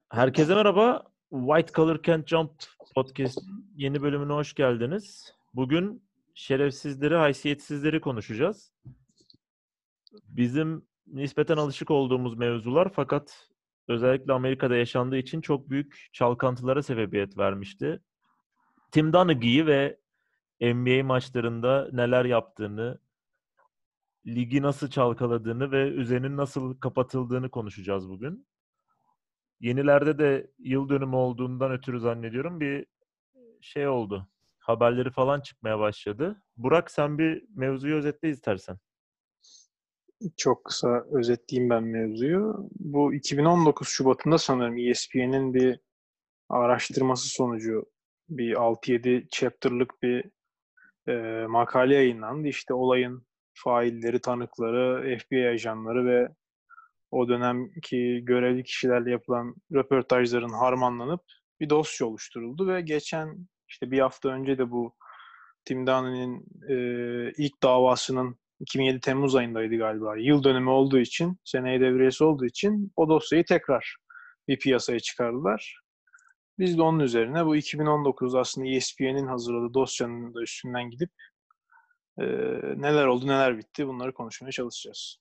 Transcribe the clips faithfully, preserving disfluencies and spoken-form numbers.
Herkese merhaba. White Collar Can't Jump Podcast'in yeni bölümüne hoş geldiniz. Bugün şerefsizleri, haysiyetsizleri konuşacağız. Bizim nispeten alışık olduğumuz mevzular fakat özellikle Amerika'da yaşandığı için çok büyük çalkantılara sebebiyet vermişti. Tim Donaghy'yi ve N B A maçlarında neler yaptığını, ligi nasıl çalkaladığını ve üzerinin nasıl kapatıldığını konuşacağız bugün. Yenilerde de yıl dönümü olduğundan ötürü zannediyorum bir şey oldu. Haberleri falan çıkmaya başladı. Burak sen bir mevzuyu özetle istersen. Çok kısa özetleyeyim ben mevzuyu. Bu iki bin on dokuz Şubat'ında sanırım E S P N'in bir araştırması sonucu bir altı yedi chapter'lık bir e, makale yayınlandı. İşte olayın failleri, tanıkları, F B I ajanları ve o dönemki görevli kişilerle yapılan röportajların harmanlanıp bir dosya oluşturuldu ve geçen işte bir hafta önce de bu Tim Duncan'ın e, ilk davasının iki bin yedi Temmuz ayındaydı galiba. Yıl dönümü olduğu için, seneye devriyesi olduğu için o dosyayı tekrar bir piyasaya çıkardılar. Biz de onun üzerine bu iki bin on dokuz aslında E S P N'in hazırladığı dosyanın da üstünden gidip e, neler oldu neler bitti bunları konuşmaya çalışacağız.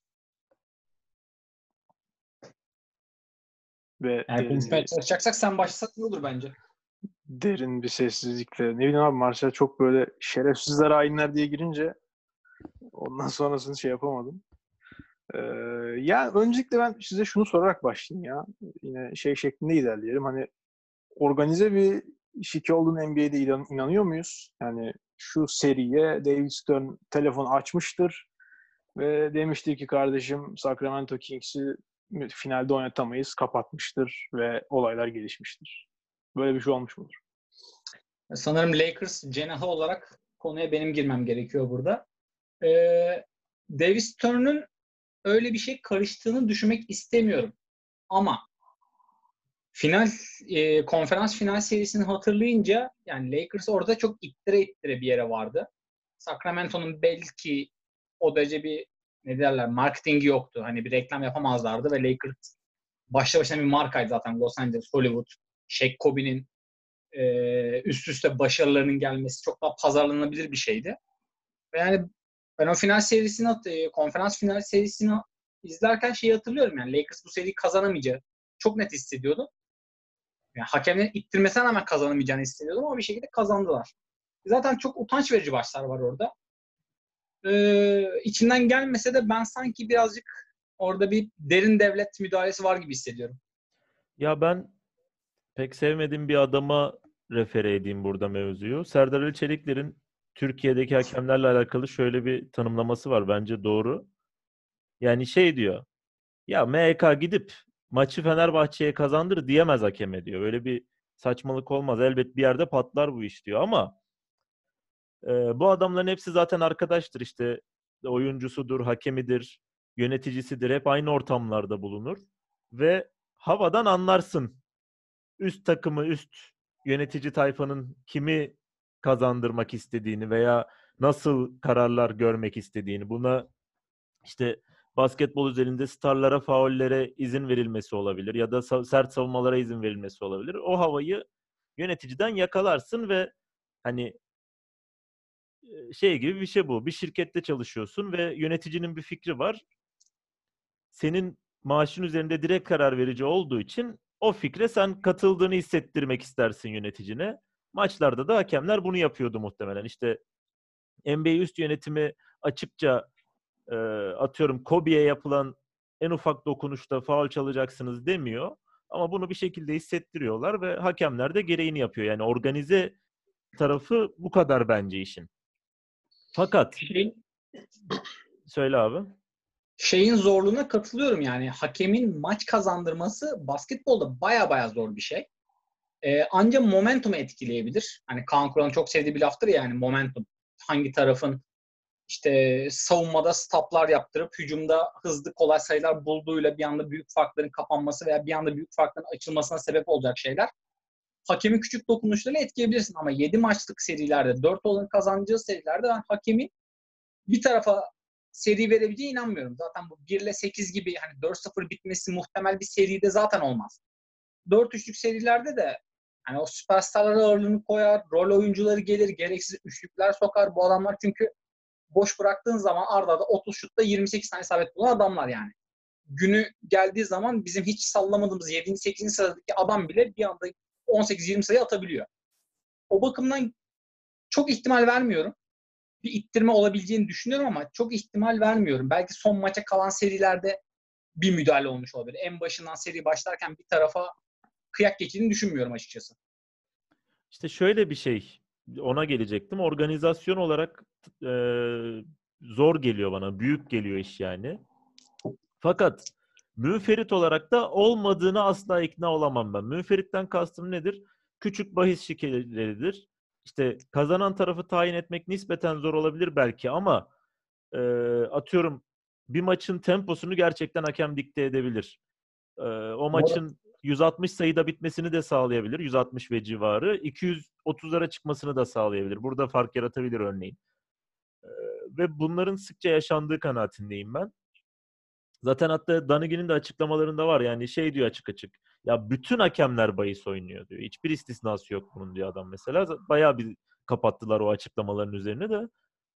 Ve Yani derin konuşmaya bir, çalışacaksak sen başlasak iyi olur bence. derin bir sessizlikle. Ne bileyim abi Marcel çok böyle şerefsizler hainler diye girince ondan sonrasını şey yapamadım. Ee, ya öncelikle ben size şunu sorarak başlayayım ya. Yine şey şeklinde ilerleyelim. Hani organize bir şike olduğunu N B A'de inan, inanıyor muyuz? Yani şu seriye David Stern telefon açmıştır ve demiştir ki kardeşim Sacramento Kings'i finalde oynatamayız, kapatmıştır ve olaylar gelişmiştir. Böyle bir şey olmuş mudur? Sanırım Lakers cenahı olarak konuya benim girmem gerekiyor burada. Ee, David Stern'ün öyle bir şey karıştığını düşünmek istemiyorum. Ama final e, konferans final serisini hatırlayınca yani Lakers orada çok ittire ittire bir yere vardı. Sacramento'nun belki o derece bir ne derler marketingi yoktu. Hani bir reklam yapamazlardı ve Lakers başlı başına bir markaydı zaten. Los Angeles, Hollywood, Shaq Kobe'nin e, üst üste başarılarının gelmesi çok daha pazarlanabilir bir şeydi. Ve yani ben o final serisini, e, konferans final serisini izlerken şeyi hatırlıyorum yani Lakers bu seriyi kazanamayacağı çok net hissediyordum. Yani hakemlerin ittirmesine rağmen kazanamayacağını hissediyordum ama bir şekilde kazandılar. Zaten çok utanç verici başlar var orada. Ee, içinden gelmese de ben sanki birazcık orada bir derin devlet müdahalesi var gibi hissediyorum. Ya ben pek sevmediğim bir adama refere edeyim burada mevzuyu. Serdar Ali Çelikler'in Türkiye'deki hakemlerle alakalı şöyle bir tanımlaması var. Bence doğru. Yani şey diyor. Ya M H K gidip maçı Fenerbahçe'ye kazandır diyemez hakeme diyor. Öyle bir saçmalık olmaz. Elbet bir yerde patlar bu iş diyor ama e, bu adamların hepsi zaten arkadaştır işte. Oyuncusudur, hakemidir, yöneticisidir. Hep aynı ortamlarda bulunur. Ve havadan anlarsın üst takımı, üst yönetici tayfanın kimi kazandırmak istediğini veya nasıl kararlar görmek istediğini. Buna işte basketbol üzerinde starlara, faullere izin verilmesi olabilir ya da sa- sert savunmalara izin verilmesi olabilir. O havayı yöneticiden yakalarsın ve hani e, şey gibi bir şey bu. Bir şirkette çalışıyorsun ve yöneticinin bir fikri var. Senin maaşın üzerinde direkt karar verici olduğu için o fikre sen katıldığını hissettirmek istersin yöneticine. Maçlarda da hakemler bunu yapıyordu muhtemelen. İşte N B A üst yönetimi açıkça e, atıyorum Kobe'ye yapılan en ufak dokunuşta faul çalacaksınız demiyor. Ama bunu bir şekilde hissettiriyorlar ve hakemler de gereğini yapıyor. Yani organize tarafı bu kadar bence işin. Fakat Şeyin, söyle abi. şeyin zorluğuna katılıyorum yani. Hakemin maç kazandırması basketbolda baya baya zor bir şey. Ee, ancak momentumu etkileyebilir. Hani Kaan Kural'ın çok sevdiği bir laftır ya yani momentum. Hangi tarafın işte savunmada stoplar yaptırıp hücumda hızlı kolay sayılar bulduğuyla bir anda büyük farkların kapanması veya bir anda büyük farkların açılmasına sebep olacak şeyler. Hakemin küçük dokunuşlarıyla etkileyebilirsin ama yedi maçlık serilerde, dört olan kazanacağı serilerde ben hakemin bir tarafa seri verebileceğine inanmıyorum. Zaten bu bir ile sekiz gibi hani dört sıfır bitmesi muhtemel bir seride zaten olmaz. dört üçlük serilerde de hani o süperstarlar ağırlığını koyar, rol oyuncuları gelir, gereksiz üçlükler sokar bu adamlar çünkü boş bıraktığın zaman arda arda otuz şutta yirmi sekiz tane isabet bulan adamlar yani. Günü geldiği zaman bizim hiç sallamadığımız yedinci sekizinci sıradaki adam bile bir anda on sekiz yirmi sayı atabiliyor. O bakımdan çok ihtimal vermiyorum. Bir ittirme olabileceğini düşünüyorum ama çok ihtimal vermiyorum. Belki son maça kalan serilerde bir müdahale olmuş olabilir. En başından seri başlarken bir tarafa kıyak geçtiğini düşünmüyorum açıkçası. İşte şöyle bir şey, ona gelecektim. Organizasyon olarak e, zor geliyor bana, büyük geliyor iş yani. Fakat münferit olarak da olmadığını asla ikna olamam ben. Münferitten kastım nedir? Küçük bahis şirketleridir. İşte kazanan tarafı tayin etmek nispeten zor olabilir belki ama e, atıyorum bir maçın temposunu gerçekten hakem dikte edebilir. E, o maçın yüz altmış sayıda bitmesini de sağlayabilir. yüz altmış ve civarı. iki yüz otuzlara çıkmasını da sağlayabilir. Burada fark yaratabilir örneğin. E, ve bunların sıkça yaşandığı kanaatindeyim ben. Zaten hatta Donaghy'nin de açıklamalarında var. Yani şey diyor açık açık. Ya bütün hakemler bahis oynuyor diyor. Hiçbir istisnası yok bunun diyor adam mesela. Bayağı bir kapattılar o açıklamaların üzerine de.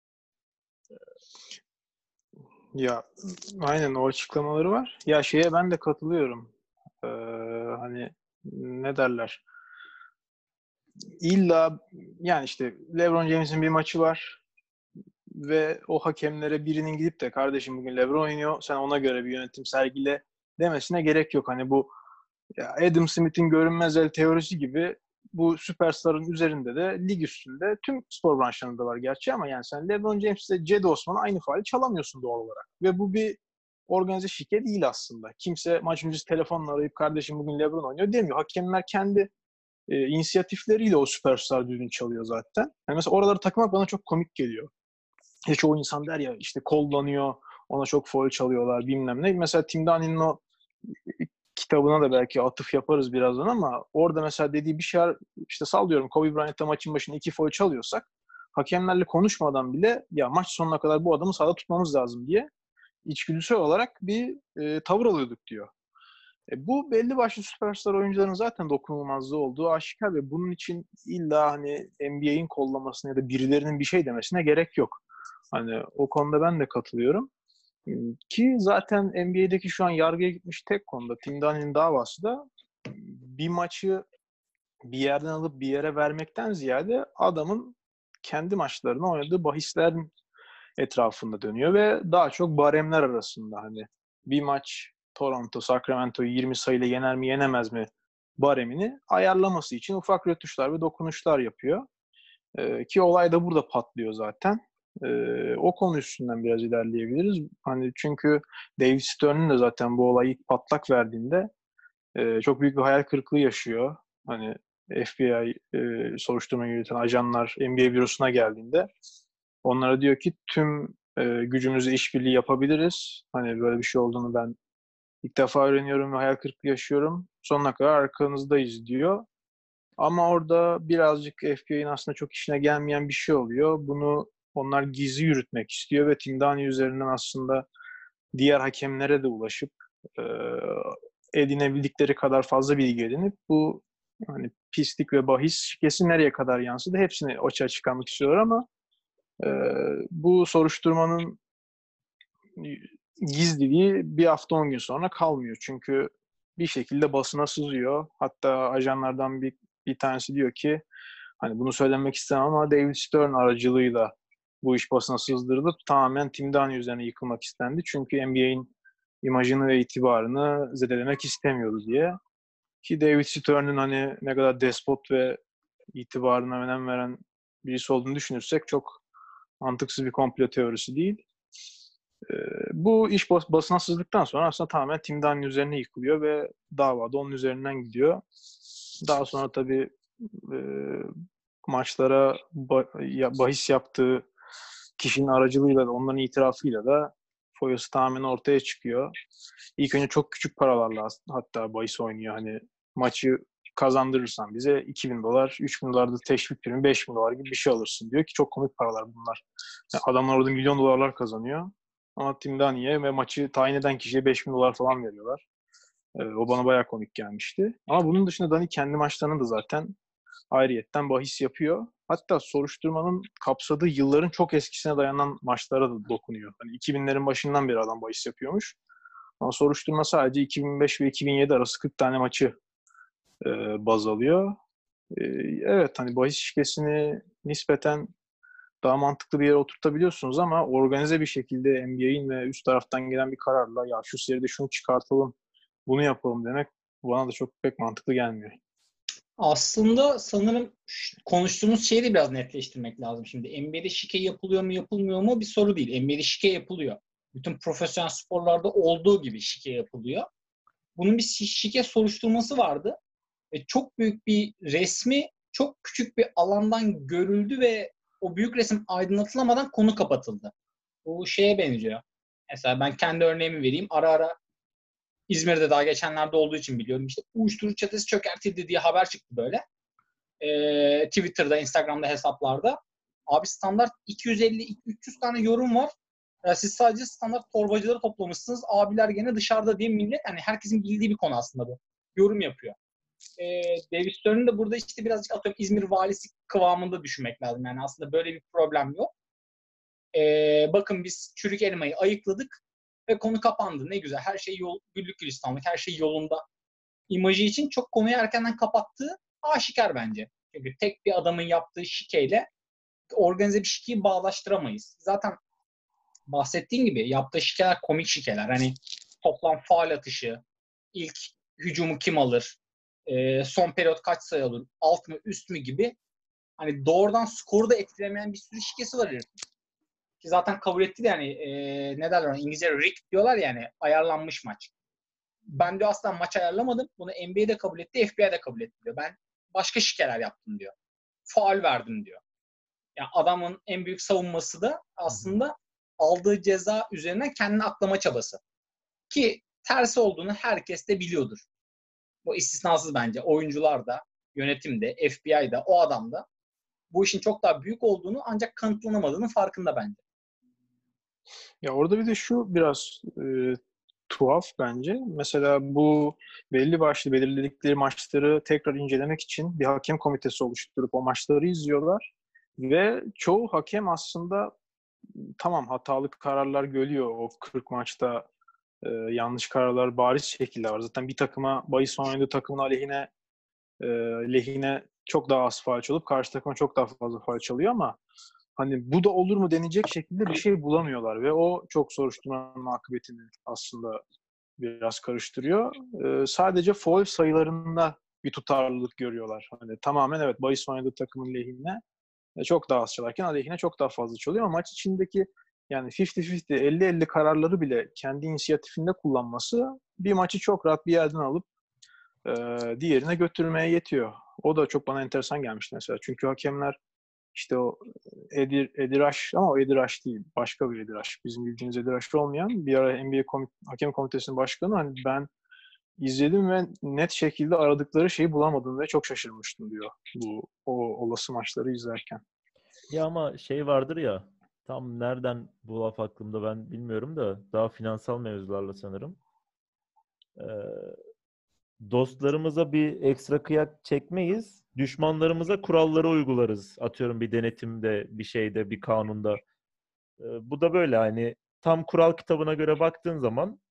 Ya aynen o açıklamaları var. Ya şeye ben de katılıyorum. Ee, hani ne derler? İlla yani işte LeBron James'in bir maçı var ve o hakemlere birinin gidip de kardeşim bugün LeBron oynuyor sen ona göre bir yönetim sergile demesine gerek yok. Hani bu ya Adam Smith'in görünmez el teorisi gibi bu süperstarın üzerinde de lig üstünde tüm spor branşlarında var gerçi ama yani sen LeBron James'le Cedi Osman'a aynı faali çalamıyorsun doğal olarak. Ve bu bir organize şike değil aslında. Kimse maç öncesi telefonla arayıp kardeşim bugün LeBron oynuyor demiyor. Hakemler kendi e, inisiyatifleriyle o süperstar düdüğünü çalıyor zaten. Yani mesela oraları takmak bana çok komik geliyor. Ya çoğu insan der ya işte kollanıyor, ona çok foul çalıyorlar bilmem ne. Mesela Tim Duncan'ın o kitabına da belki atıf yaparız birazdan ama orada mesela dediği bir şey işte sallıyorum Kobe Bryant'ta maçın başında iki foul çalıyorsak hakemlerle konuşmadan bile ya maç sonuna kadar bu adamı sahada tutmamız lazım diye içgüdüsel olarak bir e, tavır alıyorduk diyor. E, bu belli başlı süperstar oyuncuların zaten dokunulmazlığı olduğu aşikar ve bunun için illa hani N B A'in kollamasına ya da birilerinin bir şey demesine gerek yok. Hani o konuda ben de katılıyorum. Ki zaten N B A'deki şu an yargıya gitmiş tek konuda Tim Duncan'ın davası da bir maçı bir yerden alıp bir yere vermekten ziyade adamın kendi maçlarını oynadığı bahislerin etrafında dönüyor ve daha çok baremler arasında hani bir maç Toronto, Sacramento'yu yirmi sayıyla yener mi yenemez mi baremini ayarlaması için ufak rötuşlar ve dokunuşlar yapıyor. Ee, ki olay da burada patlıyor zaten. Ee, o konu üstünden biraz ilerleyebiliriz. Hani çünkü David Stern'ın de zaten bu olayı ilk patlak verdiğinde e, çok büyük bir hayal kırıklığı yaşıyor. Hani F B I e, soruşturma yürüten ajanlar N B A bürosuna geldiğinde onlara diyor ki tüm e, gücümüzle işbirliği yapabiliriz. Hani böyle bir şey olduğunu ben ilk defa öğreniyorum ve hayal kırıklığı yaşıyorum. Sonuna kadar arkanızdayız diyor. Ama orada birazcık F B I'nin aslında çok işine gelmeyen bir şey oluyor. Bunu onlar gizli yürütmek istiyor ve Tim Duncan üzerinden aslında diğer hakemlere de ulaşıp e, edinebildikleri kadar fazla bilgi edinip bu hani pislik ve bahis şikesi nereye kadar yansıdı hepsini açığa çıkarmak istiyorlar ama e, bu soruşturmanın gizliliği bir hafta on gün sonra kalmıyor. Çünkü bir şekilde basına sızıyor. Hatta ajanlardan bir, bir tanesi diyor ki hani bunu söylemek istemem ama David Stern aracılığıyla bu iş basına sızdırılıp tamamen Tim Duncan üzerine yıkılmak istendi. Çünkü N B A'in imajını ve itibarını zedelemek istemiyordu diye. Ki David Stern'ın hani ne kadar despot ve itibarına önem veren birisi olduğunu düşünürsek çok mantıksız bir komplo teorisi değil. Ee, bu iş bas- basına sızdıktan sonra aslında tamamen Tim Duncan üzerine yıkılıyor ve dava da onun üzerinden gidiyor. Daha sonra tabii e, maçlara ba- ya, bahis yaptığı kişinin aracılığıyla da onların itirafıyla da foyası tamamen ortaya çıkıyor. İlk önce çok küçük paralarla hatta bahis oynuyor. Hani maçı kazandırırsan bize iki bin dolar, üç bin dolar da teşvik primi, beş bin dolar gibi bir şey alırsın diyor ki çok komik paralar bunlar. Yani adamlar orada milyon dolarlar kazanıyor. Ama Tim Duncan'e ve maçı tayin eden kişiye beş bin dolar falan veriyorlar. Ee, o bana bayağı komik gelmişti. Ama bunun dışında Dani kendi maçlarını da zaten ayrıyetten bahis yapıyor. Hatta soruşturmanın kapsadığı yılların çok eskisine dayanan maçlara da dokunuyor. Hani iki binlerin başından beri adam bahis yapıyormuş. Ama soruşturma sadece iki bin beş ve iki bin yedi arası kırk tane maçı e, baz alıyor. E, evet hani bahis şirkesini nispeten daha mantıklı bir yere oturtabiliyorsunuz ama organize bir şekilde N B A'in ve üst taraftan gelen bir kararla ya şu seride şunu çıkartalım, bunu yapalım demek bana da çok pek mantıklı gelmiyor. Aslında sanırım konuştuğumuz şeyi de biraz netleştirmek lazım. Şimdi N B A'de şike yapılıyor mu yapılmıyor mu bir soru değil. N B A'de şike yapılıyor. Bütün profesyonel sporlarda olduğu gibi şike yapılıyor. Bunun bir şike soruşturması vardı. Ve çok büyük bir resmi çok küçük bir alandan görüldü ve o büyük resim aydınlatılamadan konu kapatıldı. Bu şeye benziyor. Mesela ben kendi örneğimi vereyim. Ara ara İzmir'de daha geçenlerde olduğu için biliyorum. İşte uyuşturucu çetesi çökertildi diye haber çıktı böyle. Ee, Twitter'da, Instagram'da hesaplarda. Abi standart iki yüz elli üç yüz tane yorum var. Ya siz sadece standart torbacıları toplamışsınız. Abiler gene dışarıda diye millet. Yani herkesin bildiği bir konu aslında bu. Yorum yapıyor. Ee, David Stern'ın da burada işte birazcık atıyorum İzmir valisi kıvamında düşünmek lazım. Yani aslında böyle bir problem yok. Ee, bakın biz çürük elmayı ayıkladık ve konu kapandı. Ne güzel. Her şey yol, güllük gülistanlık. Her şey yolunda. İmajı için çok konuyu erkenden kapattığı aşikar bence. Çünkü tek bir adamın yaptığı şikeyle organize bir şikeyi bağdaştıramayız. Zaten bahsettiğin gibi yaptığı şikeler komik şikeler. Hani toplam faul atışı, ilk hücumu kim alır, e, son periyot kaç sayı alır, alt mı üst mü gibi hani doğrudan skoru da etkilemeyen bir sürü şikesi var herifin. Ki zaten kabul etti de yani e, ne derler ona İngilizce rigged diyorlar yani ayarlanmış maç. Ben diyor asla maç ayarlamadım. Bunu N B A'de kabul etti, F B I'de kabul etti diyor. Ben başka şikeler yaptım diyor. Faul verdim diyor. Yani adamın en büyük savunması da aslında aldığı ceza üzerinden kendini aklama çabası. Ki tersi olduğunu herkes de biliyordur. Bu istisnasız bence. Oyuncular da, yönetim de, F B I da, o adam da bu işin çok daha büyük olduğunu ancak kanıtlanamadığının farkında bence. Ya orada bir de şu biraz e, tuhaf bence. Mesela bu belli başlı belirledikleri maçları tekrar incelemek için bir hakem komitesi oluşturup o maçları izliyorlar. Ve çoğu hakem aslında tamam hatalı kararlar görüyor. O kırk maçta e, yanlış kararlar bariz şekilde var. Zaten bir takıma bahis oynadığı takımın aleyhine e, lehine çok daha az faul çalıp karşı takıma çok daha fazla faul çalıyor ama hani bu da olur mu denecek şekilde bir şey bulamıyorlar ve o çok soruşturmanın akıbetini aslında biraz karıştırıyor. Ee, sadece faul sayılarında bir tutarlılık görüyorlar. Hani tamamen evet bahis oynadığı takımın lehine çok daha az çalarken aleyhine çok daha fazla çalıyor ama maç içindeki yani elli elli elli elli kararları bile kendi inisiyatifinde kullanması bir maçı çok rahat bir yerden alıp e, diğerine götürmeye yetiyor. O da çok bana enteresan gelmişti mesela. Çünkü hakemler işte o Edir, Ediraş ama o Ediraş değil. Başka bir Ediraş. Bizim bildiğimiz Ediraş olmayan bir ara N B A komit, Hakem Komitesi'nin başkanı hani ben izledim ve net şekilde aradıkları şeyi bulamadım ve çok şaşırmıştım diyor bu o olası maçları izlerken. Ya ama şey vardır ya, tam nereden bu laf aklımda ben bilmiyorum da daha finansal mevzularla sanırım. Ee, dostlarımıza bir ekstra kıyak çekmeyiz. Düşmanlarımıza kuralları uygularız. Atıyorum bir denetimde, bir şeyde, bir kanunda. Ee, bu da böyle hani tam kural kitabına göre baktığın zaman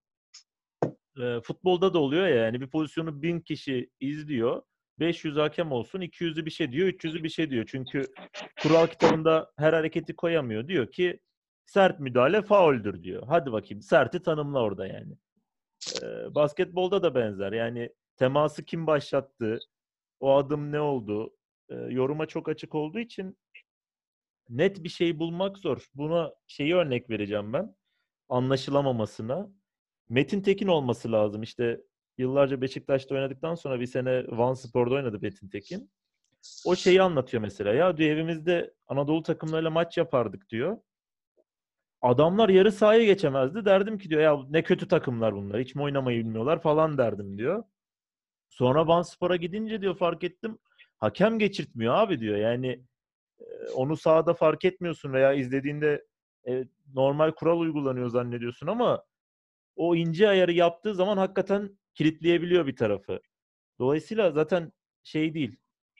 e, futbolda da oluyor ya yani bir pozisyonu bin kişi izliyor. beş yüz hakem olsun, iki yüzü bir şey diyor, üç yüzü bir şey diyor. Çünkü kural kitabında her hareketi koyamıyor. Diyor ki sert müdahale fauldür diyor. Hadi bakayım serti tanımla orada yani. Ee, basketbolda da benzer. Yani teması kim başlattı, o adım ne oldu, e, yoruma çok açık olduğu için net bir şey bulmak zor. Buna şeyi örnek vereceğim ben. Anlaşılamamasına. Metin Tekin olması lazım. İşte yıllarca Beşiktaş'ta oynadıktan sonra bir sene Vanspor'da oynadı Metin Tekin. O şeyi anlatıyor mesela. Ya diyor evimizde Anadolu takımlarıyla maç yapardık diyor. Adamlar yarı sahaya geçemezdi. Derdim ki diyor ya ne kötü takımlar bunlar. Hiç mi oynamayı bilmiyorlar falan derdim diyor. Sonra Vanspor'a gidince diyor fark ettim. Hakem geçirtmiyor abi diyor. Yani e, onu sahada fark etmiyorsun veya izlediğinde e, normal kural uygulanıyor zannediyorsun ama o ince ayarı yaptığı zaman hakikaten kilitleyebiliyor bir tarafı. Dolayısıyla zaten şey değil.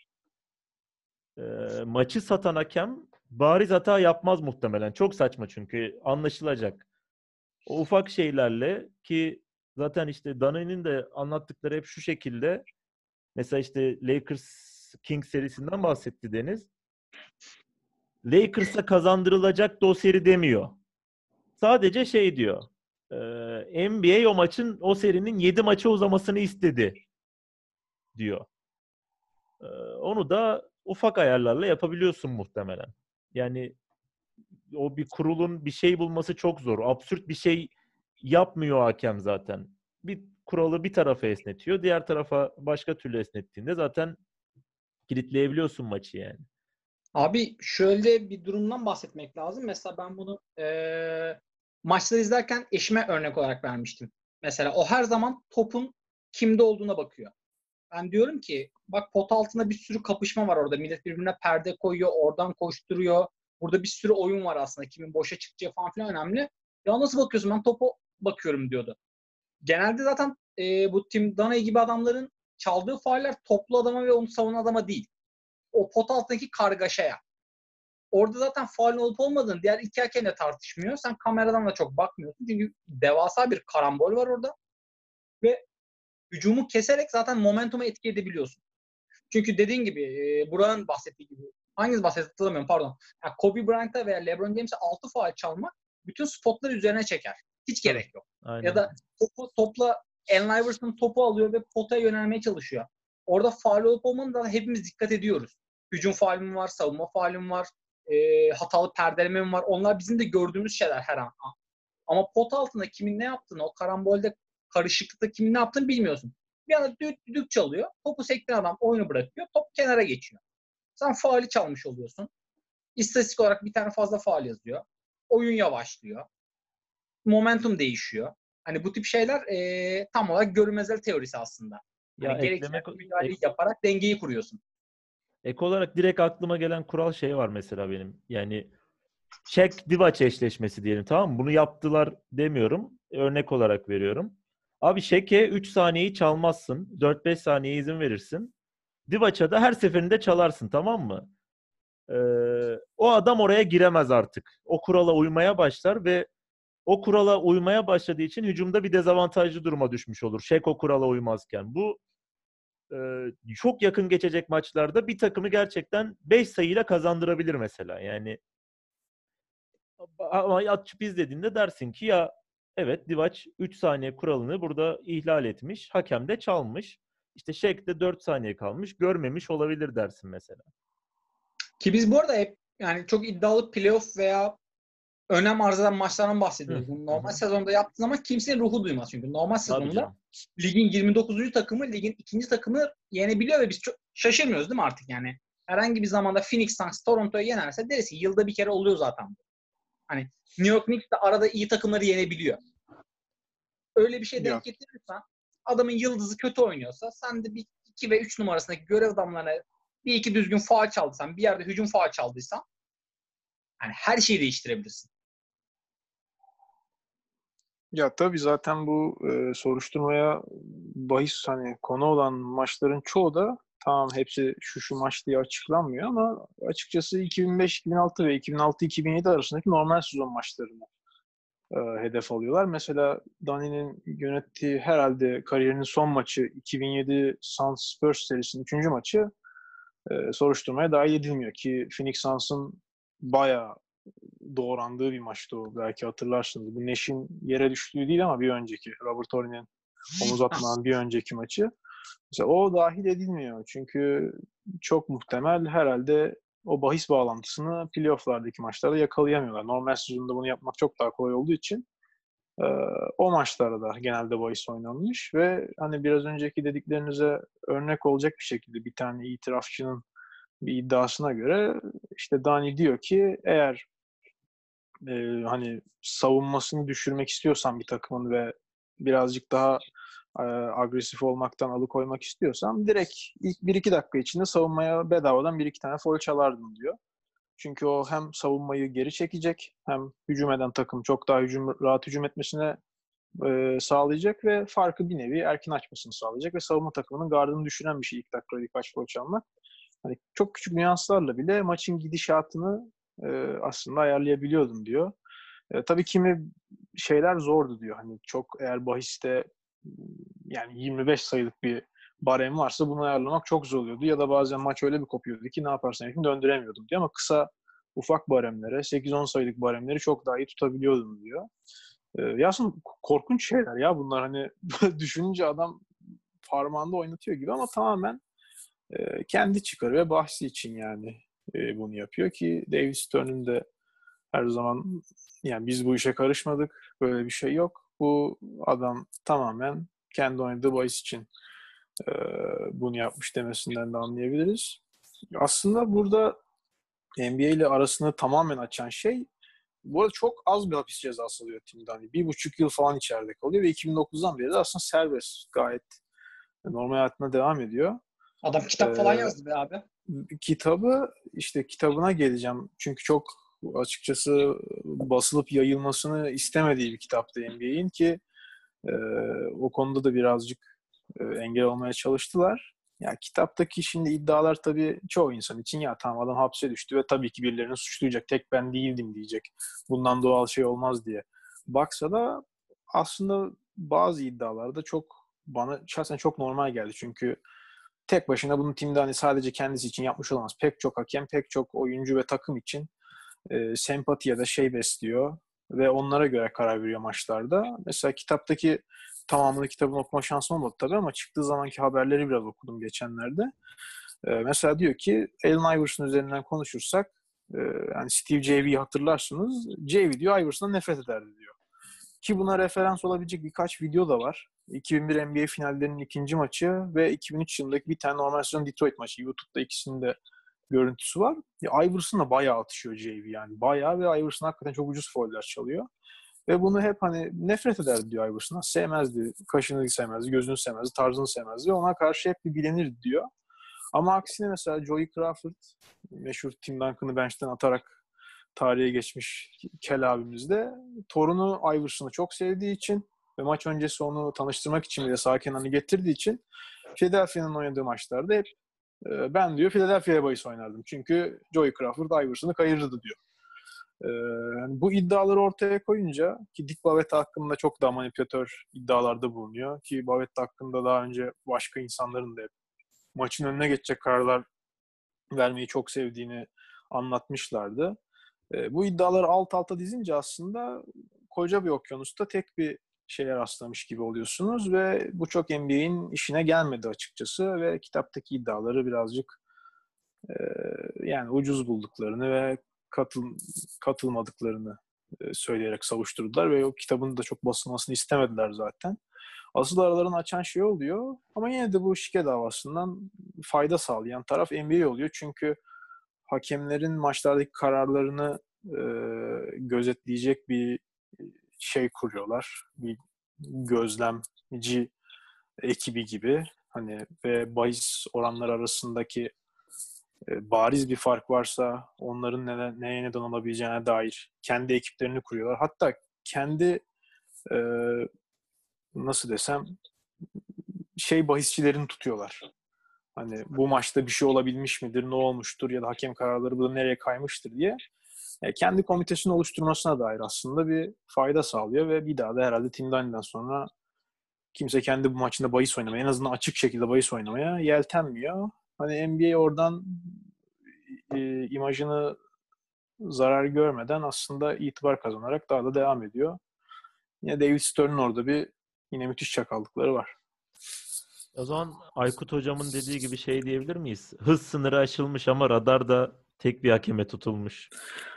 E, maçı satan hakem bariz hata yapmaz muhtemelen. Çok saçma çünkü anlaşılacak. O ufak şeylerle ki zaten işte Dana'nın de anlattıkları hep şu şekilde. Mesela işte Lakers Kings serisinden bahsetti Deniz. Lakers'a kazandırılacak da o seri demiyor. Sadece şey diyor. E, N B A o maçın, o serinin yedi maçı uzamasını istedi diyor. E, onu da ufak ayarlarla yapabiliyorsun muhtemelen. Yani o bir kurulun bir şey bulması çok zor. Absürt bir şey yapmıyor hakem zaten. Bir kuralı bir tarafa esnetiyor. Diğer tarafa başka türlü esnettiğinde zaten kilitleyebiliyorsun maçı yani. Abi şöyle bir durumdan bahsetmek lazım. Mesela ben bunu eee maçları izlerken eşime örnek olarak vermiştim. Mesela o her zaman topun kimde olduğuna bakıyor. Ben diyorum ki bak pot altında bir sürü kapışma var orada. Millet birbirine perde koyuyor, oradan koşturuyor. Burada bir sürü oyun var aslında. Kimin boşa çıkacağı falan filan önemli. Ya nasıl bakıyorsun? Ben topa bakıyorum diyordu. Genelde zaten e, bu Tim Dunay gibi adamların çaldığı fauller toplu adama ve onu savunan adama değil. O pot altındaki kargaşaya. Orada zaten faul olup olmadığını diğer iki hakem de tartışmıyor. Sen kameradan da çok bakmıyorsun. Çünkü devasa bir karambol var orada. Ve hücumu keserek zaten momentumu etki edebiliyorsun. Çünkü dediğin gibi e, Burak'ın bahsettiği gibi hangisi bahsetti hatırlamıyorum pardon. Yani Kobe Bryant'a veya LeBron James'e altı faul çalmak bütün spotları üzerine çeker. Hiç Tabii. gerek yok. Aynen. Ya da topu, topla Allen Iverson topu alıyor ve potaya yönelmeye çalışıyor. Orada faul olup olmadığını da hepimiz dikkat ediyoruz. Hücum faulü mü var, savunma faulü mü var, e, hatalı perdeleme mi var? Onlar bizim de gördüğümüz şeyler her an. Ama pot altında kimin ne yaptığını, o karambolde karışıklıkta kimin ne yaptığını bilmiyorsun. Bir anda düdük, düdük çalıyor. Topu sektiren adam oyunu bırakıyor. Top kenara geçiyor. Sen faali çalmış oluyorsun. İstatistik olarak bir tane fazla faal yazıyor. Oyun yavaşlıyor. Momentum değişiyor. Hani bu tip şeyler e, tam olarak görünmezler teorisi aslında. Ya Hani gerekli eklemek müdahaleyi ek, yaparak dengeyi kuruyorsun. ek olarak direkt aklıma gelen kural şey var mesela benim. Yani Shaq Divac eşleşmesi diyelim, tamam mı? Bunu yaptılar demiyorum. Örnek olarak veriyorum. Abi Shaq'e üç saniyeyi çalmazsın. dört beş saniye izin verirsin. Divac'a da her seferinde çalarsın, tamam mı? Ee, o adam oraya giremez artık. O kurala uymaya başlar ve o kurala uymaya başladığı için hücumda bir dezavantajlı duruma düşmüş olur. Shaq o kurala uymazken. Bu e, çok yakın geçecek maçlarda bir takımı gerçekten beş sayıyla kazandırabilir mesela. Yani ama açıp izlediğinde dersin ki ya evet Divac üç saniye kuralını burada ihlal etmiş. Hakem de çalmış. İşte Shaq de dört saniye kalmış. Görmemiş olabilir dersin mesela. Ki biz bu arada hep yani çok iddialı playoff veya önem arz eden maçlardan bahsediyoruz. Hı, Bunu hı normal hı. sezonda yaptığın zaman kimsenin ruhu duymaz. Çünkü normal Tabii sezonda canım. ligin yirmi dokuzuncu takımı ligin ikinci takımı yenebiliyor ve biz çok şaşırmıyoruz değil mi artık yani? Herhangi bir zamanda Phoenix Suns Toronto'yu yenerse deriz ki yılda bir kere oluyor zaten. Hani New York Knicks de arada iyi takımları yenebiliyor. Öyle bir şey Ya denk getirirsen adamın yıldızı kötü oynuyorsa sen de bir iki ve üç numarasındaki görev adamlarına bir iki düzgün faul çaldıysan, bir yerde hücum faul çaldıysan yani her şeyi değiştirebilirsin. Ya tabii zaten bu e, soruşturmaya bahis hani konu olan maçların çoğu da tamam hepsi şu şu maç diye açıklanmıyor ama açıkçası iki bin beş iki bin altı ve iki bin altı iki bin yedi arasındaki normal sezon maçlarını e, hedef alıyorlar. Mesela Danny'nin yönettiği herhalde kariyerinin son maçı iki bin yedi Suns Spurs serisinin üçüncü maçı e, soruşturmaya dahil edilmiyor ki Phoenix Suns'ın bayağı doğrandığı bir maçtı o. Belki hatırlarsınız. Bu Nash'in yere düştüğü değil ama bir önceki. Robert Horry'nin omuz atmadan bir önceki maçı. Mesela o dahil edilmiyor. Çünkü çok muhtemel herhalde o bahis bağlantısını playoff'lardaki maçlarda yakalayamıyorlar. Normal sezonda bunu yapmak çok daha kolay olduğu için e, o maçlarda genelde bahis oynanmış ve hani biraz önceki dediklerinize örnek olacak bir şekilde bir tane itirafçının bir iddiasına göre işte Dani diyor ki eğer e, hani savunmasını düşürmek istiyorsan bir takımın ve birazcık daha e, agresif olmaktan alıkoymak istiyorsan direkt ilk bir iki dakika içinde savunmaya bedavadan bir iki tane foul çalardım diyor. Çünkü o hem savunmayı geri çekecek hem hücum eden takım çok daha hücum, rahat hücum etmesine e, sağlayacak ve farkı bir nevi erken açmasını sağlayacak ve savunma takımının gardını düşüren bir şey ilk dakikada birkaç gol çalmak. Hani çok küçük nüanslarla bile maçın gidişatını e, aslında ayarlayabiliyordum diyor. E, tabii kimi şeyler zordu diyor. Hani çok eğer bahiste yani yirmi beş sayılık bir barem varsa bunu ayarlamak çok zor oluyordu. Ya da bazen maç öyle bir kopuyordu ki ne yaparsan yapayım döndüremiyordum diyor. Ama kısa ufak baremlere, sekiz on sayılık baremleri çok daha iyi tutabiliyordum diyor. E, ya aslında korkunç şeyler ya bunlar. Hani düşününce adam parmağında oynatıyor gibi ama tamamen e, kendi çıkarı ve bahsi için yani e, bunu yapıyor ki David Stern'ın de her zaman yani biz bu işe karışmadık. Böyle bir şey yok. Bu adam tamamen kendi oynadığı bahis için e, bunu yapmış demesinden de anlayabiliriz. Aslında burada N B A ile arasını tamamen açan şey bu arada çok az bir hapis cezası alıyor Tim Duncan. Bir buçuk yıl falan içeride kalıyor ve iki bin dokuzdan beri de aslında serbest. Gayet normal hayatına devam ediyor. Adam kitap falan Ee, yazdı be abi. kitabı işte kitabına geleceğim. Çünkü çok açıkçası basılıp yayılmasını istemediği bir kitaptı N B A'in ki e, o konuda da birazcık e, engel olmaya çalıştılar. Ya kitaptaki şimdi iddialar tabii çoğu insan için ya tamam adam hapse düştü ve tabii ki birilerini suçlayacak. Tek ben değildim diyecek. Bundan doğal şey olmaz diye. Baksa da aslında bazı iddialarda çok bana şahsen çok normal geldi. Çünkü tek başına bunu timde hani sadece kendisi için yapmış olamaz. Pek çok hakem, pek çok oyuncu ve takım için e, sempati ya da şey besliyor ve onlara göre karar veriyor maçlarda. Mesela kitaptaki tamamını kitabını okuma şansım olmadı tabii ama çıktığı zamanki haberleri biraz okudum geçenlerde. E, mesela diyor ki Allen Iverson üzerinden konuşursak e, yani Steve J V'yi hatırlarsınız. J V diyor Iverson'dan nefret ederdi diyor. Ki buna referans olabilecek birkaç video da var. iki bin bir N B A finallerinin ikinci maçı ve iki bin üç yılındaki bir tane normal sezon Detroit maçı. YouTube'da ikisinin de görüntüsü var. Ya Iverson'la bayağı atışıyor J V yani. Bayağı ve Iverson hakikaten çok ucuz fauller çalıyor. Ve bunu hep hani nefret ederdi diyor Iverson'a. Sevmezdi. Kaşını sevmezdi, gözünü sevmezdi, tarzını sevmezdi. Ona karşı hep bir bilenirdi diyor. Ama aksine mesela Joey Crawford, meşhur Tim Duncan'ı bench'ten atarak tarihe geçmiş Kel abimiz de torunu Iverson'ı çok sevdiği için ve maç öncesi onu tanıştırmak için bile sağ kenarını getirdiği için Philadelphia'nın oynadığı maçlarda hep e, ben diyor Philadelphia'ya bahis oynardım. Çünkü Joey Crawford Iverson'ı kayırırdı diyor. E, yani bu iddiaları ortaya koyunca ki Dick Bavetta hakkında çok daha manipülatör iddialarda bulunuyor ki Bavetta hakkında daha önce başka insanların da hep maçın önüne geçecek kararlar vermeyi çok sevdiğini anlatmışlardı. E, bu iddiaları alt alta dizince aslında koca bir okyanusta tek bir şeye rastlamış gibi oluyorsunuz ve bu çok N B A'in işine gelmedi açıkçası ve kitaptaki iddiaları birazcık e, yani ucuz bulduklarını ve katıl, katılmadıklarını e, söyleyerek savuşturdular ve o kitabın da çok basılmasını istemediler zaten. Asıl aralarını açan şey oluyor ama yine de bu şike davasından fayda sağlayan taraf N B A oluyor çünkü hakemlerin maçlardaki kararlarını e, gözetleyecek bir şey kuruyorlar. Bir gözlemci ekibi gibi. Hani ve bahis oranları arasındaki e, bariz bir fark varsa onların ne, neye neden olabileceğine dair kendi ekiplerini kuruyorlar. Hatta kendi e, nasıl desem şey bahisçilerini tutuyorlar. Hani bu maçta bir şey olabilmiş midir, ne olmuştur ya da hakem kararları burada nereye kaymıştır diye yani kendi komitesini oluşturmasına dair aslında bir fayda sağlıyor ve bir daha da herhalde Tim Duncan'dan sonra kimse kendi bu maçında bahis oynamaya, en azından açık şekilde bahis oynamaya yeltenmiyor. Hani N B A oradan e, imajını zarar görmeden aslında itibar kazanarak daha da devam ediyor. Yine David Stern'ın orada bir yine müthiş çakallıkları var. O zaman Aykut hocamın dediği gibi şey diyebilir miyiz? Hız sınırı aşılmış ama radar da tek bir hakeme tutulmuş.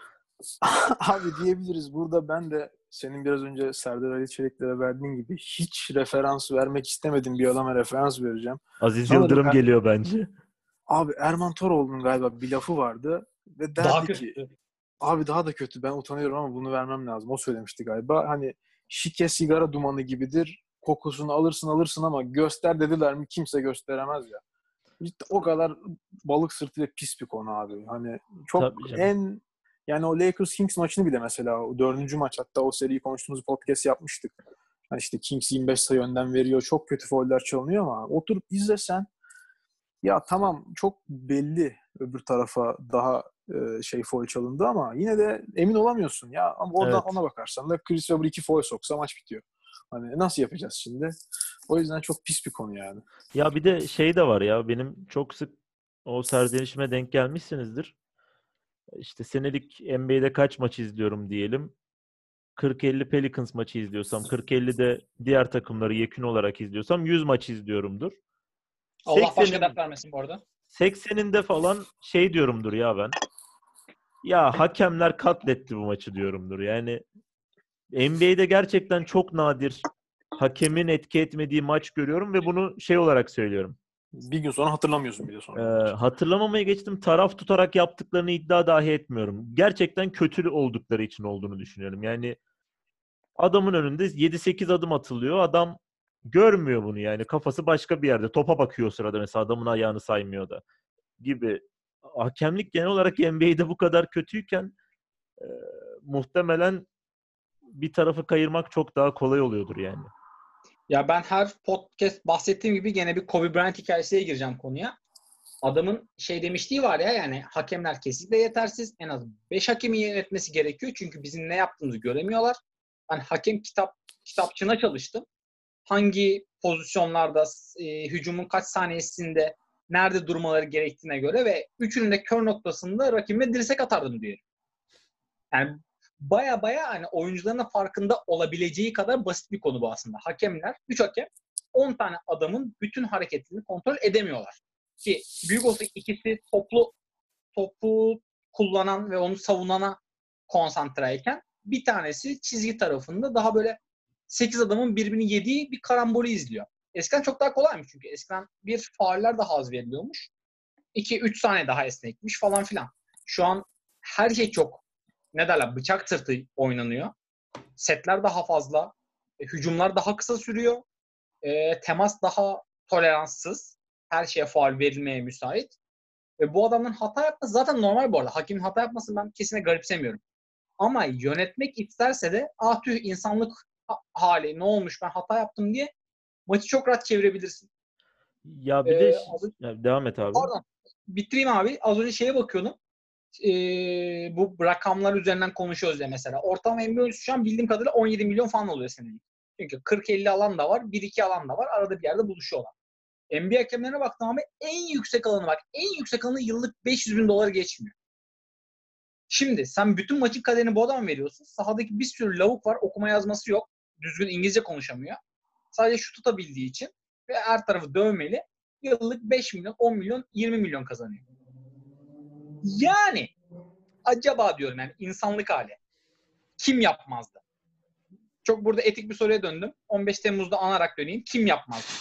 Abi diyebiliriz. Burada ben de senin biraz önce Serdar Ali Çelikler'e verdiğin gibi hiç referans vermek istemedim bir adama referans vereceğim. Aziz Sanırım Yıldırım er- geliyor bence. abi Erman Toroğlu'nun galiba bir lafı vardı ve Daha derdi ki kötü. abi daha da kötü ben utanıyorum ama bunu vermem lazım. O söylemişti galiba. Hani şike sigara dumanı gibidir. Kokusunu alırsın alırsın ama göster dediler mi kimse gösteremez ya. İşte o kadar balık sırtı ve pis bir konu abi. Hani çok Tabii canım. en yani o Lakers Kings maçını bile mesela o dördüncü maç hatta o seriyi konuştuğumuz podcast yapmıştık. Hani işte Kings yirmi beş sayı önden veriyor. Çok kötü fauller çalınıyor ama oturup izlesen ya tamam çok belli öbür tarafa daha e, şey foul çalındı ama yine de emin olamıyorsun. Ya ama oradan Evet. ona bakarsan da Chris Webber iki foul soksa maç bitiyor. Hani nasıl yapacağız şimdi? O yüzden çok pis bir konu yani. Ya bir de şey de var ya, benim çok sık o serzenişime denk gelmişsinizdir. İşte senelik N B A'de kaç maç izliyorum diyelim. kırk elli Pelicans maçı izliyorsam, kırk elli de diğer takımları yekün olarak izliyorsam yüz maç izliyorumdur. Allah başka seksenin dert vermesin bu arada. sekseninde falan şey diyorumdur ya ben. Ya hakemler katletti bu maçı diyorumdur. Yani N B A'de gerçekten çok nadir hakemin etki etmediği maç görüyorum ve bunu şey olarak söylüyorum. Bir gün sonra hatırlamıyorsun bile Ee, sonra. hatırlamamaya geçtim. Taraf tutarak yaptıklarını iddia dahi etmiyorum. Gerçekten kötü oldukları için olduğunu düşünüyorum. Yani adamın önünde yedi sekiz adım atılıyor. Adam görmüyor bunu yani. Kafası başka bir yerde. Topa bakıyor o sırada mesela, adamın ayağını saymıyor da gibi. Hakemlik genel olarak N B A'de bu kadar kötüyken e, muhtemelen bir tarafı kayırmak çok daha kolay oluyordur yani. Ya ben her podcast bahsettiğim gibi gene bir Kobe Bryant hikayesiyle gireceğim konuya. Adamın şey demişliği var ya, yani hakemler kesinlikle yetersiz. En az beş hakemi yönetmesi gerekiyor. Çünkü bizim ne yaptığımızı göremiyorlar. Ben hakem kitap kitapçığına çalıştım. Hangi pozisyonlarda e, hücumun kaç saniyesinde nerede durmaları gerektiğine göre ve üçünün de kör noktasında rakibime dirsek atardım diyor. Yani baya baya hani oyuncuların farkında olabileceği kadar basit bir konu bu aslında. Hakemler, üç hakem on tane adamın bütün hareketini kontrol edemiyorlar. Ki büyük olsa ikisi toplu topu kullanan ve onu savunana konsantreyken bir tanesi çizgi tarafında daha böyle sekiz adamın birbirini yediği bir karambolü izliyor. Eskiden çok daha kolaymış çünkü. Eskiden bir fauller daha az veriliyormuş. iki üç saniye daha esnekmiş falan filan. Şu an her şey çok, ne derler, bıçak sırtı oynanıyor. Setler daha fazla. E, hücumlar daha kısa sürüyor. E, temas daha toleranssız. Her şeye faul verilmeye müsait. Ve bu adamın hata yapması zaten normal bu arada. Hakimin hata yapmasını ben kesinlikle garipsemiyorum. Ama yönetmek isterse de ah tüh insanlık hali ne olmuş ben hata yaptım diye maçı çok rahat çevirebilirsin. Ya bir de Ee, ş- az önce, ya devam et abi. pardon, bitireyim abi. Az önce şeye bakıyordum. Ee, bu rakamlar üzerinden konuşuyoruz ya mesela. Ortalama N B A oyuncusu şu an bildiğim kadarıyla on yedi milyon falan oluyor senelik. Çünkü kırk elli alan da var. bir iki alan da var. Arada bir yerde buluşuyorlar. N B A hakemlerine baktım abi, en yüksek alanı bak. En yüksek alanı yıllık beş yüz bin dolar geçmiyor. Şimdi sen bütün maçın kaderini bu adama veriyorsun. Sahadaki bir sürü lavuk var. Okuma yazması yok. Düzgün İngilizce konuşamıyor. Sadece şu tutabildiği için ve her tarafı dövmeli. Yıllık beş milyon, on milyon, yirmi milyon kazanıyor. Yani acaba diyorum yani insanlık hali. Kim yapmazdı? Çok burada etik bir soruya döndüm. on beş Temmuz'da anarak döneyim. Kim yapmazdı?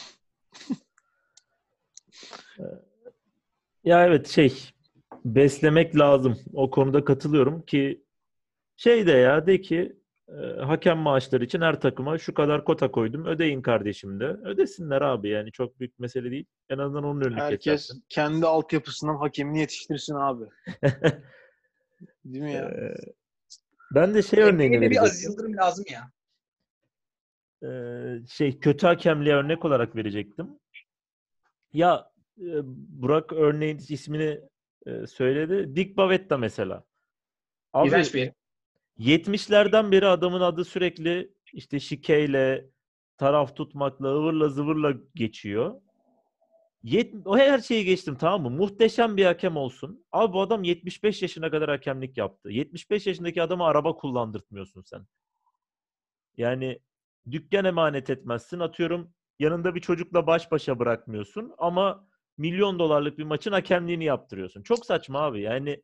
Ya evet, şey, beslemek lazım. O konuda katılıyorum ki şey de ya de ki e, hakem maaşları için her takıma şu kadar kota koydum. Ödeyin kardeşim de. Ödesinler abi, yani çok büyük mesele değil. En azından onun önünü Herkes kesersin. kendi altyapısından hakemini yetiştirsin abi. Değil mi ya? Ee, ben de şey N B örneğini A'de bir Aziz verecektim. Yıldırım lazım ya. Ee, şey kötü hakemliğe örnek olarak verecektim. Ya e, Burak örneğin ismini e, söyledi. Dick Bavetta mesela. İğrenç Abi bir herif. yetmişlerden beri adamın adı sürekli işte şikeyle, taraf tutmakla, ıvırla zıvırla geçiyor. Yet, o her şeyi geçtim, tamam mı? Muhteşem bir hakem olsun. Abi bu adam yetmiş beş yaşına kadar hakemlik yaptı. yetmiş beş yaşındaki adama araba kullandırtmıyorsun sen. Yani dükkan emanet etmezsin. Atıyorum yanında bir çocukla baş başa bırakmıyorsun ama milyon dolarlık bir maçın hakemliğini yaptırıyorsun. Çok saçma abi. Yani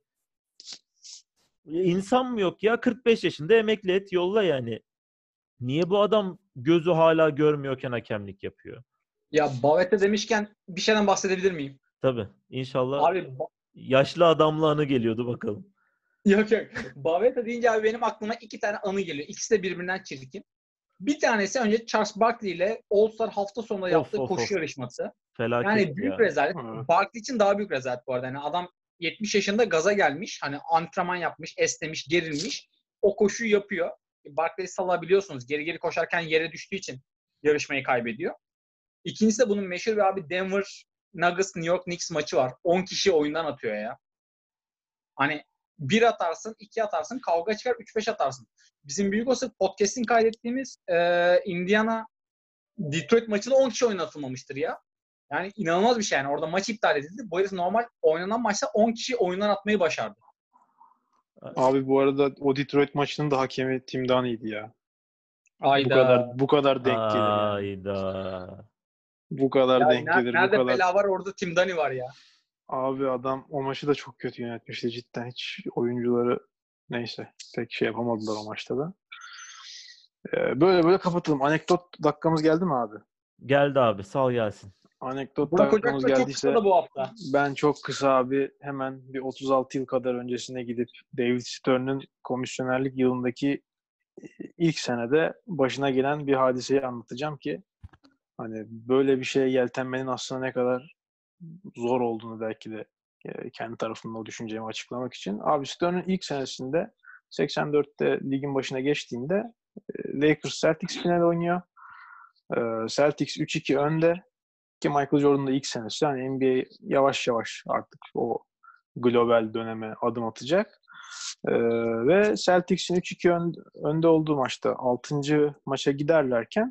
insan mı yok ya? kırk beş yaşında emekli et, yolla yani. Niye bu adam gözü hala görmüyorken hakemlik yapıyor? Ya Bavete demişken bir şeyden bahsedebilir miyim? Tabii. İnşallah Abi ba- yaşlı adamlı anı geliyordu bakalım. yok yok. Bavete deyince abi benim aklıma iki tane anı geliyor. İkisi de birbirinden çirkin. Bir tanesi önce Charles Barkley ile All-Star hafta sonunda Of yaptığı of of. koşu yarışması. Felaket Yani büyük ya. rezalet. Hı. Barkley için daha büyük rezalet bu arada. Yani adam yetmiş yaşında gaza gelmiş. Hani antrenman yapmış, esnemiş, gerilmiş. O koşuyu yapıyor. Barclay Salah biliyorsunuz geri geri koşarken yere düştüğü için yarışmayı kaybediyor. İkincisi de bunun meşhur bir abi Denver Nuggets New York Knicks maçı var. on kişi oyundan atıyor ya. Hani bir atarsın, iki atarsın, kavga çıkar, üç beş atarsın. Bizim büyük olsa podcast'in kaydettiğimiz e, Indiana Detroit maçında on kişi oynatılmamıştır ya. Yani inanılmaz bir şey yani. Orada maç iptal edildi. Bu herif normal oynanan maçta on kişi oyundan atmayı başardı. Abi bu arada o Detroit maçının da hakemi Tim Dungy'ydi ya. Ayda. Bu kadar bu kadar denk gelir yani. Ayda. Bu kadar Ya denk ner- gelir. nerede bu kadar. bela var orada Tim Dungy var ya. Abi adam o maçı da çok kötü yönetmişti cidden. Hiç oyuncuları neyse pek şey yapamadılar o maçta da. Ee, böyle böyle kapatalım. Anekdot dakikamız geldi mi abi? Geldi abi. Sal gelsin. Anekdot Burak Ocak dakikamız da çok geldiyse kısa da bu hafta. ben çok kısa abi hemen bir otuz altı yıl kadar öncesine gidip David Stern'ın komisyonerlik yılındaki ilk senede başına gelen bir hadiseyi anlatacağım ki hani böyle bir şeye yeltenmenin aslında ne kadar zor olduğunu belki de e, kendi tarafından o düşüncemi açıklamak için. Abi Stern'ın ilk senesinde seksen dörtte ligin başına geçtiğinde e, Lakers Celtics final oynuyor. E, Celtics üç iki önde ki Michael Jordan'ın da ilk senesi. Yani N B A yavaş yavaş artık o global döneme adım atacak. Ee, ve Celtics'in üç iki ön, önde olduğu maçta altıncı maça giderlerken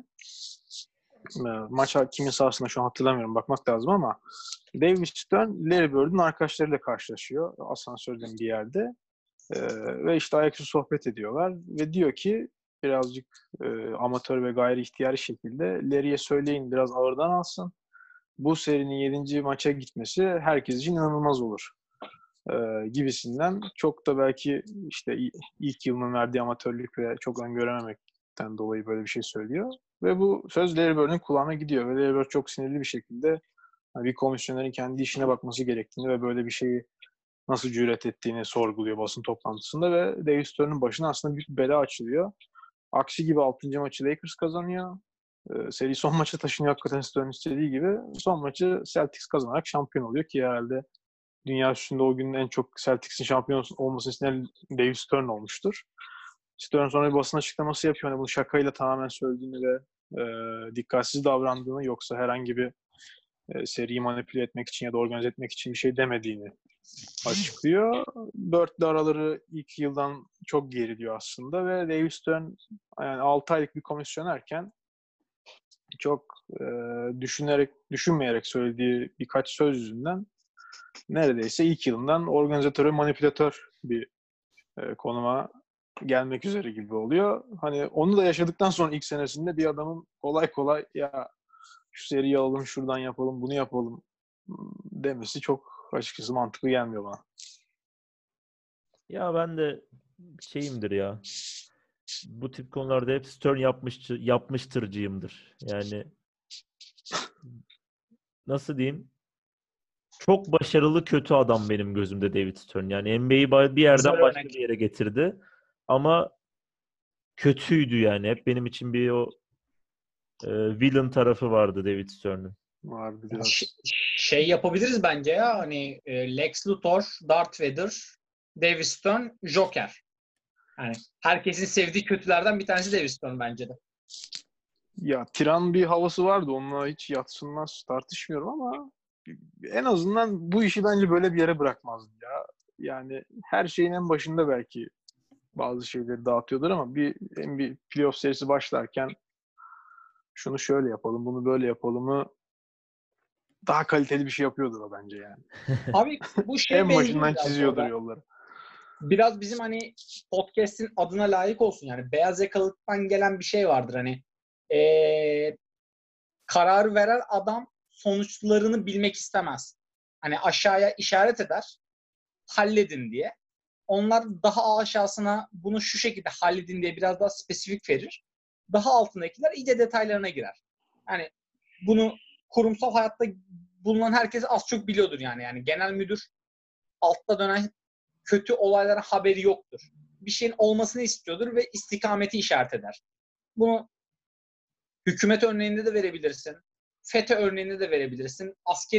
e, maça kimin sahasında şu an hatırlamıyorum bakmak lazım ama David Stern Larry Bird'ün arkadaşlarıyla karşılaşıyor asansörden bir yerde ee, ve işte ayaküstü sohbet ediyorlar ve diyor ki birazcık e, amatör ve gayri ihtiyari şekilde Larry'e söyleyin biraz ağırdan alsın. Bu serinin yedinci maça gitmesi herkes için inanılmaz olur. Ee, gibisinden çok da belki işte ilk yılının verdiği amatörlük ve çok öngörememekten dolayı böyle bir şey söylüyor. Ve bu söz Larry Bird'ün kulağına gidiyor. Ve Larry Bird çok sinirli bir şekilde bir komisyonerin kendi işine bakması gerektiğini ve böyle bir şeyi nasıl cüret ettiğini sorguluyor basın toplantısında ve David Stern'ın başına aslında büyük bir bela açılıyor. Aksi gibi altıncı maçı Lakers kazanıyor. Ee, seri son maça taşınıyor hakikaten Stern istediği gibi. Son maçı Celtics kazanarak şampiyon oluyor ki herhalde dünya üstünde o gün en çok Celtics'in şampiyon olmasını isteyen David Stern olmuştur. Stern sonra bir basın açıklaması yapıyor. Hani bunu şakayla tamamen söylediğini ve e, dikkatsiz davrandığını yoksa herhangi bir e, seriyi manipüle etmek için ya da organize etmek için bir şey demediğini açıklıyor. Bird'le araları ilk yıldan çok geriliyor aslında ve David Stern yani altı aylık bir komisyonerken çok e, düşünerek, düşünmeyerek söylediği birkaç söz yüzünden neredeyse ilk yılından organizatör ve manipülatör bir e, konuma gelmek üzere gibi oluyor. Hani onu da yaşadıktan sonra ilk senesinde bir adamın kolay kolay ya şu seriyi alalım, şuradan yapalım, bunu yapalım demesi çok açıkçası mantıklı gelmiyor bana. Ya ben de şeyimdir ya. Bu tip konularda hep Stern yapmış, yapmıştırcıyımdır. Yani nasıl diyeyim? Çok başarılı kötü adam benim gözümde David Stern. Yani N B A'yi bir yerden Güzel başka örnek. bir yere getirdi. Ama kötüydü yani. Hep benim için bir o e, villain tarafı vardı David Stern'ın. Var biraz. Ş- şey yapabiliriz bence ya hani e, Lex Luthor, Darth Vader, David Stern, Joker. Yani herkesin sevdiği kötülerden bir tanesi David Stern bence de. Ya tiran bir havası vardı. Onunla hiç yatsınmaz tartışmıyorum ama en azından bu işi bence böyle bir yere bırakmazdı ya. Yani her şeyin en başında belki bazı şeyleri dağıtıyordur ama bir bir playoff serisi başlarken şunu şöyle yapalım, bunu böyle yapalımı daha kaliteli bir şey yapıyordur o bence yani. Abi bu şeye En benziyor başından biraz çiziyordur orada. yolları. Biraz bizim hani podcast'in adına layık olsun yani beyaz yakalıktan gelen bir şey vardır hani ee, karar veren adam sonuçlarını bilmek istemez. Hani aşağıya işaret eder halledin diye. Onlar daha aşağısına bunu şu şekilde halledin diye biraz daha spesifik verir. Daha altındakiler iyice detaylarına girer. Yani bunu kurumsal hayatta bulunan herkes az çok biliyordur yani. Yani genel müdür altta dönen kötü olaylara haberi yoktur. Bir şeyin olmasını istiyordur ve istikameti işaret eder. Bunu hükümet örneğinde de verebilirsin. FETÖ örneğinde de verebilirsin. Askeri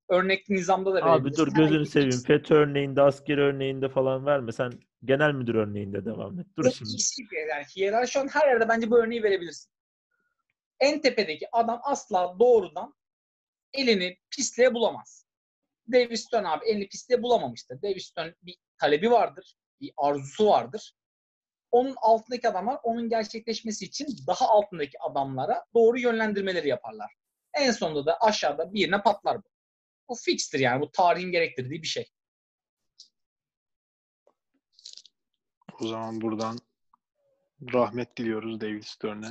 örnekli nizamda da Abi verebilirsin. dur gözünü Herhangi seveyim. X, FETÖ örneğinde, asker örneğinde falan verme. Sen genel müdür örneğinde devam et. Dur şimdi. X gibi yani hiyerarşi şu an her yerde bence bu örneği verebilirsin. En tepedeki adam asla doğrudan elini pisliğe bulamaz. David Stern abi elini pisliğe bulamamıştır. David Stern bir talebi vardır, bir arzusu vardır. Onun altındaki adamlar onun gerçekleşmesi için daha altındaki adamlara doğru yönlendirmeleri yaparlar. En sonunda da aşağıda birine patlar bu. Bu fixtir yani. Bu tarihin gerektirdiği bir şey. O zaman buradan rahmet diliyoruz David Stern'e.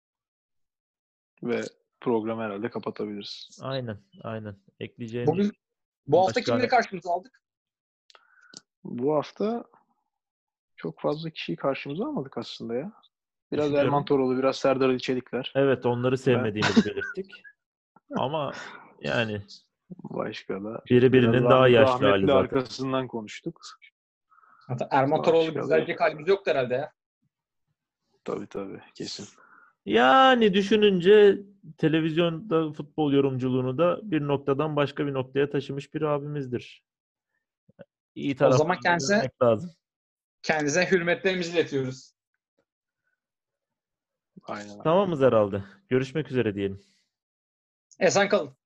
Ve programı herhalde kapatabiliriz. Aynen, aynen. Ekleyeceğim Bugün bu hafta başka- kimleri karşımıza aldık? Bu hafta çok fazla kişiyi karşımıza almadık aslında ya. Biraz Düşünüyorum. Erman Toroğlu, biraz Serdar Ali Çelikler. Evet, onları sevmediğimizi belirttik. Ama yani Başka da. biri birinin Biraz daha rahmet- yaşlı hali rahmetli zaten. arkasından konuştuk. Hatta Erman Başka Toroğlu da- güzelce kalbimiz yoktu herhalde ya. Tabii tabii kesin. Yani düşününce televizyonda futbol yorumculuğunu da bir noktadan başka bir noktaya taşımış bir abimizdir. İyi taraftan zaman kendisine- görmek lazım. Kendisine hürmetlerimizi iletiyoruz. Aynen. Tamamız herhalde. Görüşmek üzere diyelim. Esen kalın.